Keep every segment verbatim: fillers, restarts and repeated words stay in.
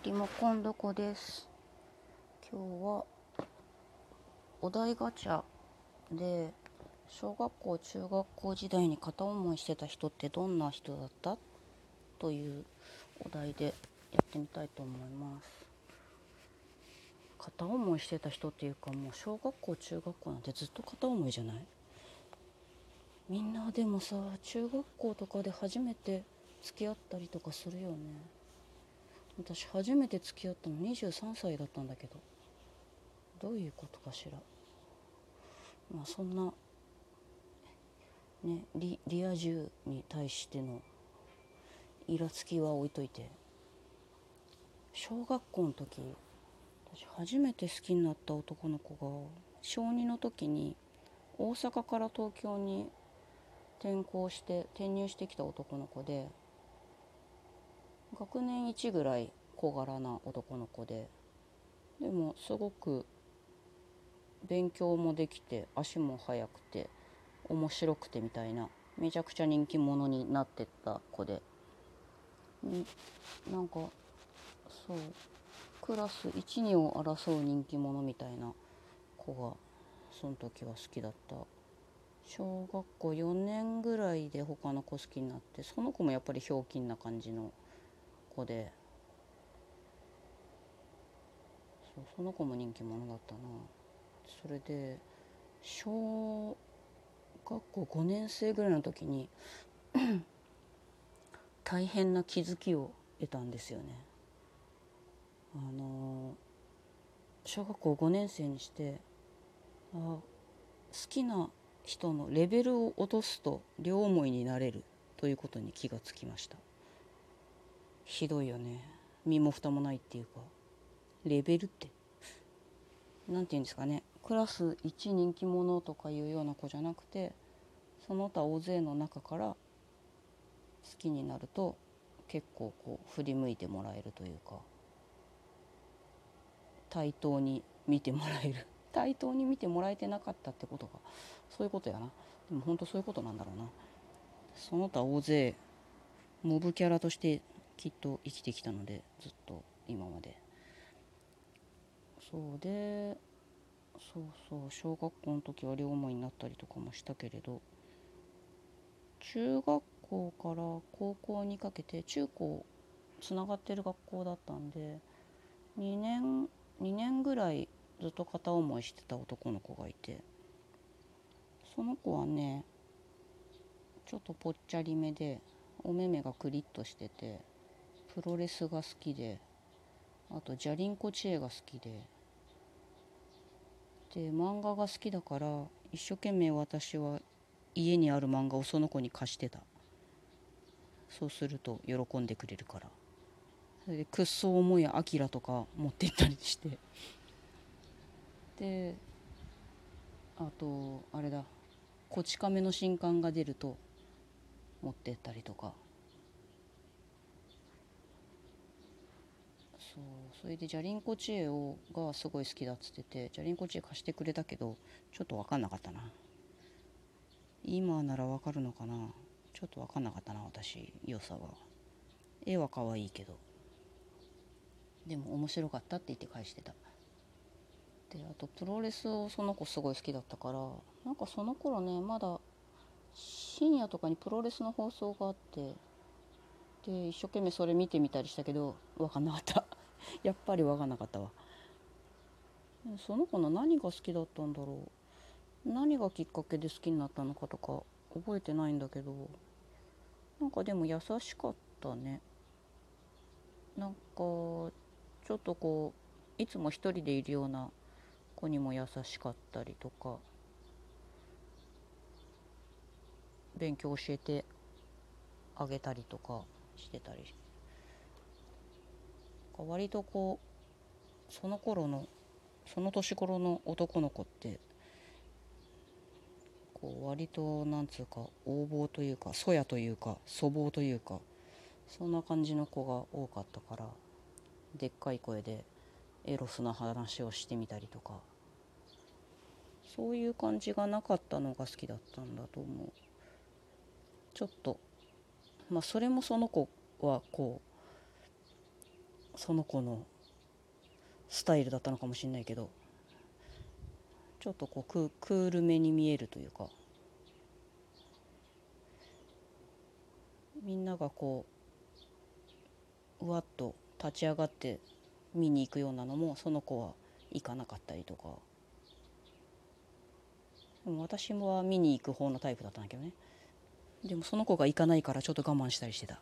リモコンどこです。今日はお題ガチャで、小学校中学校時代に片思いしてた人ってどんな人だったというお題でやってみたいと思います。片思いしてた人っていうか、もう小学校中学校なんてずっと片思いじゃない？みんなでもさ、中学校とかで初めて付き合ったりとかするよね。私初めて付き合ったのにじゅうさんさいだったんだけど、どういうことかしら。まあそんなね、リ, リア充に対してのイラつきは置いといて、小学校の時、私初めて好きになった男の子が小にの時に大阪から東京に転校して転入してきた男の子で、学年いちぐらい小柄な男の子で、でもすごく勉強もできて足も速くて面白くてみたいな、めちゃくちゃ人気者になってった子で、なんかそうクラスいち、にを争う人気者みたいな子がその時は好きだった。小学校よねんぐらいで他の子好きになって、その子もやっぱりひょうきんな感じの子で、そうその子も人気者だったな。それで小学校ごねん生ぐらいの時に大変な気づきを得たんですよね。あの小学校ごねん生にして、あ好きな人のレベルを落とすと両思いになれるということに気がつきました。ひどいよね。身も蓋もないっていうか、レベルってなんて言うんですかね。クラスいち人気者とかいうような子じゃなくて、その他大勢の中から好きになると結構こう振り向いてもらえるというか、対等に見てもらえる対等に見てもらえてなかったってことがそういうことやな。でも本当そういうことなんだろうな。その他大勢モブキャラとしてきっと生きてきたので、ずっと今まで。そうでそうそう小学校の時は両思いになったりとかもしたけれど、中学校から高校にかけて中高つながってる学校だったんで、2年2年ぐらいずっと片思いしてた男の子がいて、その子はねちょっとぽっちゃりめでお目目がクリッとしてて、プロレスが好きで、あとジャリンコ知恵が好きで、で漫画が好きだから一生懸命私は家にある漫画をその子に貸してた。そうすると喜んでくれるから。それでくっそ重いアキラとか持って行ったりして、であとあれだ、こち亀の新刊が出ると持ってったりとか、そうそれでジャリンコ知恵をがすごい好きだっつってて、ジャリンコ知恵貸してくれたけどちょっと分かんなかったな。今なら分かるのかな。ちょっと分かんなかったな、私良さは。絵は可愛いけど、でも面白かったって言って返してた。であとプロレスをその子すごい好きだったから、なんかその頃ねまだ深夜とかにプロレスの放送があって、で一生懸命それ見てみたりしたけど分かんなかったやっぱり分かんなかったわ。その子の何が好きだったんだろう。何がきっかけで好きになったのかとか覚えてないんだけど、なんかでも優しかったね。なんかちょっとこういつも一人でいるような子にも優しかったりとか、勉強教えてあげたりとかしてたり、割とこうその頃のその年頃の男の子ってこう割となんつうか横暴というかそやというか粗暴というか、そんな感じの子が多かったから、でっかい声でエロスな話をしてみたりとか、そういう感じがなかったのが好きだったんだと思う。ちょっとまあそれもその子はこその子のスタイルだったのかもしれないけど、ちょっとこうク、クールめに見えるというか、みんながこううわっと立ち上がって見に行くようなのもその子は行かなかったりとか。でも私は見に行く方のタイプだったんだけどね。でもその子が行かないからちょっと我慢したりしてた。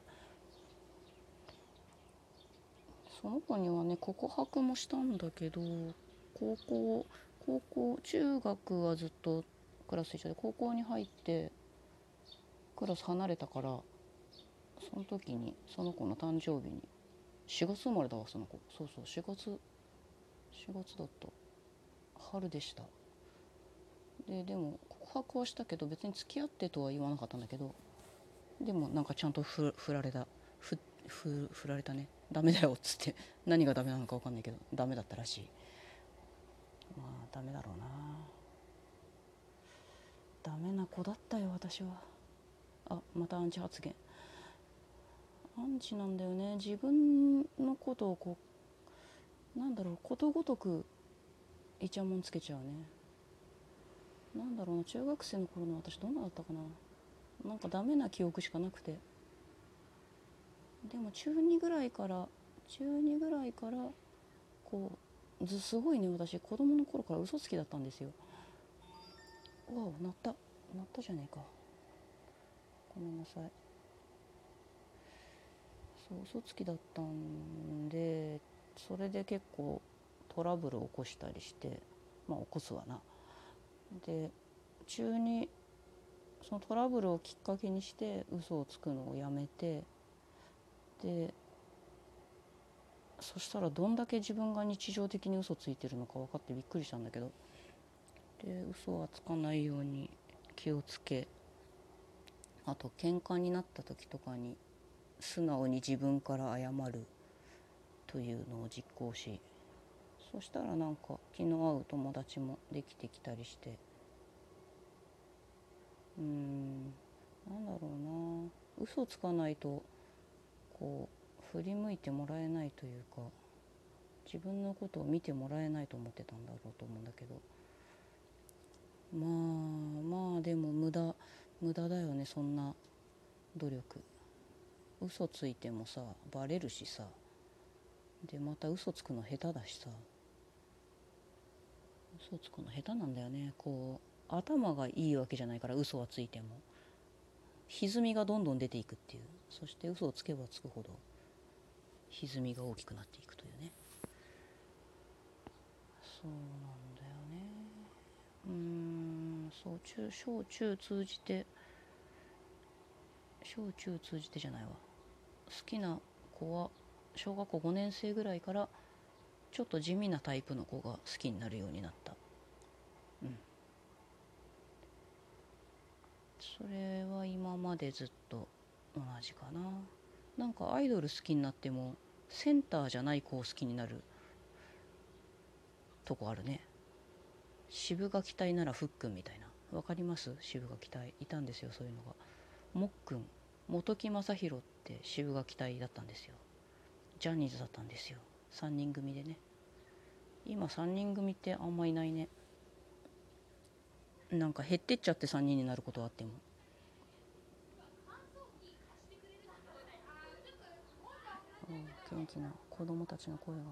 その子にはね告白もしたんだけど、高校高校中学はずっとクラス一緒で、高校に入ってクラス離れたから、その時にその子の誕生日に、しがつ生まれだわその子。そうそう、しがつしがつだった。春でした。ででも告白はしたけど、別に付き合ってとは言わなかったんだけど、でもなんかちゃんとふ振られた。ふふ振られたね。ダメだよっつって。何がダメなのか分かんないけどダメだったらしい。まあダメだろうな。ダメな子だったよ私は。あ、またアンチ発言。アンチなんだよね。自分のことをこう、なんだろう、ことごとくイチャモンつけちゃうね。なんだろうな、中学生の頃の私どんなだったかな。なんかダメな記憶しかなくて。でも中にぐらいから中にぐらいからこうずすごいね、私子供の頃から嘘つきだったんですよ。うわ鳴った鳴ったじゃねえか、ごめんなさい。そう、嘘つきだったんで、それで結構トラブルを起こしたりして、まあ起こすわな。で中にそのトラブルをきっかけにして嘘をつくのをやめて、でそしたらどんだけ自分が日常的に嘘ついてるのか分かってびっくりしたんだけど、で嘘はつかないように気をつけ、あと喧嘩になった時とかに素直に自分から謝るというのを実行し、そしたらなんか気の合う友達もできてきたりして、うーんなんだろうな、嘘つかないとこう振り向いてもらえないというか、自分のことを見てもらえないと思ってたんだろうと思うんだけど、まあまあでも無駄無駄だよね、そんな努力。嘘ついてもさバレるしさ、でまた嘘つくの下手だしさ、嘘つくの下手なんだよね。こう頭がいいわけじゃないから、嘘はついても歪みがどんどん出ていくっていう、そして嘘をつけばつくほど歪みが大きくなっていくというね。そうなんだよね。うーんそう、中小中通じて小中通じてじゃないわ、好きな子は小学校ごねん生ぐらいからちょっと地味なタイプの子が好きになるようになった。うん、それは今までずっと同じかな。なんかアイドル好きになってもセンターじゃない子を好きになるとこあるね。渋垣隊ならふっくんみたいな、わかります？渋垣隊いたんですよ、そういうのが。もっくん、本木雅弘って渋垣隊だったんですよ。ジャニーズだったんですよ、さんにん組でね。今さんにん組ってあんまいないね。なんか減ってっちゃってさんにんになることはあっても。元気な子供たちの声が。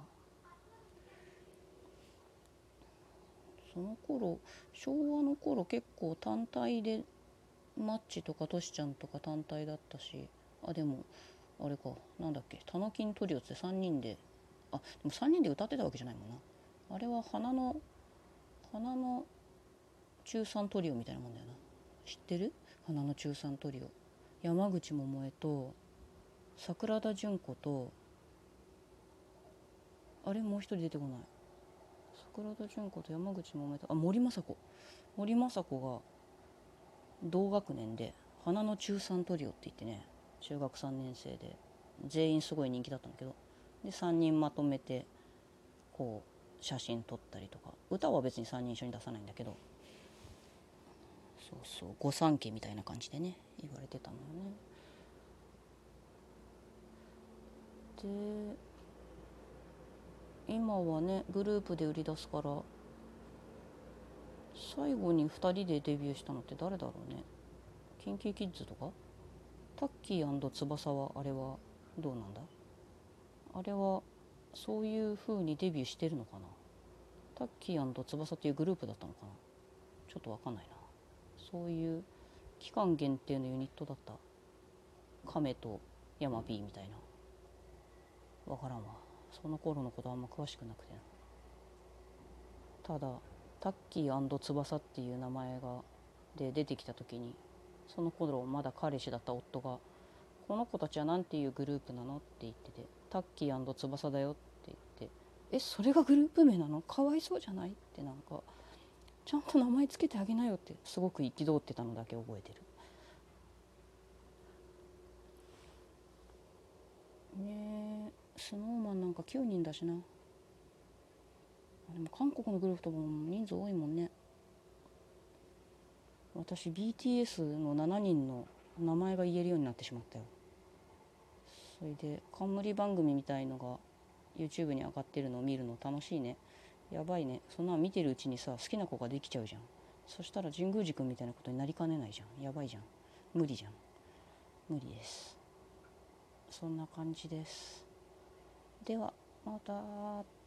その頃昭和の頃結構単体でマッチとかトシちゃんとか単体だったし、あでもあれか、なんだっけ、タナキントリオってさんにんで、あでもさんにんで歌ってたわけじゃないもんな。あれは花の花の中さんトリオみたいなもんだよな。知ってる？花の中さんトリオ、山口百恵と桜田淳子と、あれもう一人出てこない。桜田淳子と山口百恵と、あ森昌子森昌子が同学年で花の中さんトリオって言ってね、中学さんねん生で全員すごい人気だったんだけど、でさんにんまとめてこう写真撮ったりとか、歌は別にさんにん一緒に出さないんだけど、そうそう御三家みたいな感じでね言われてたのよね。で今はねグループで売り出すから、最後にふたりでデビューしたのって誰だろうね。キンキーキッズとか。タッキー翼はあれはどうなんだ。あれはそういう風にデビューしてるのかな。タッキー翼っていうグループだったのかな。ちょっとわかんないな。そういう期間限定のユニットだった。カメとヤマピーみたいな。わからんわ。その頃のことあんま詳しくなくてな。ただタッキー翼っていう名前がで出てきた時に、その頃まだ彼氏だった夫が「この子たちは何ていうグループなの?」って言ってて「タッキー翼だよ」って言って「えそれがグループ名なの？かわいそうじゃない？」ってなんかちゃんと名前つけてあげなよってすごく憤ってたのだけ覚えてる。ねえ、スノーマンなんかきゅうにんだしな。でも韓国のグループとも人数多いもんね。私 ビーティーエス のしちにんの名前が言えるようになってしまったよ。それで冠番組みたいのが YouTube に上がってるのを見るの楽しいね。やばいね。そんなの見てるうちにさ好きな子ができちゃうじゃん。そしたら神宮寺君みたいなことになりかねないじゃん。やばいじゃん。無理じゃん。無理です。そんな感じです。ではまた。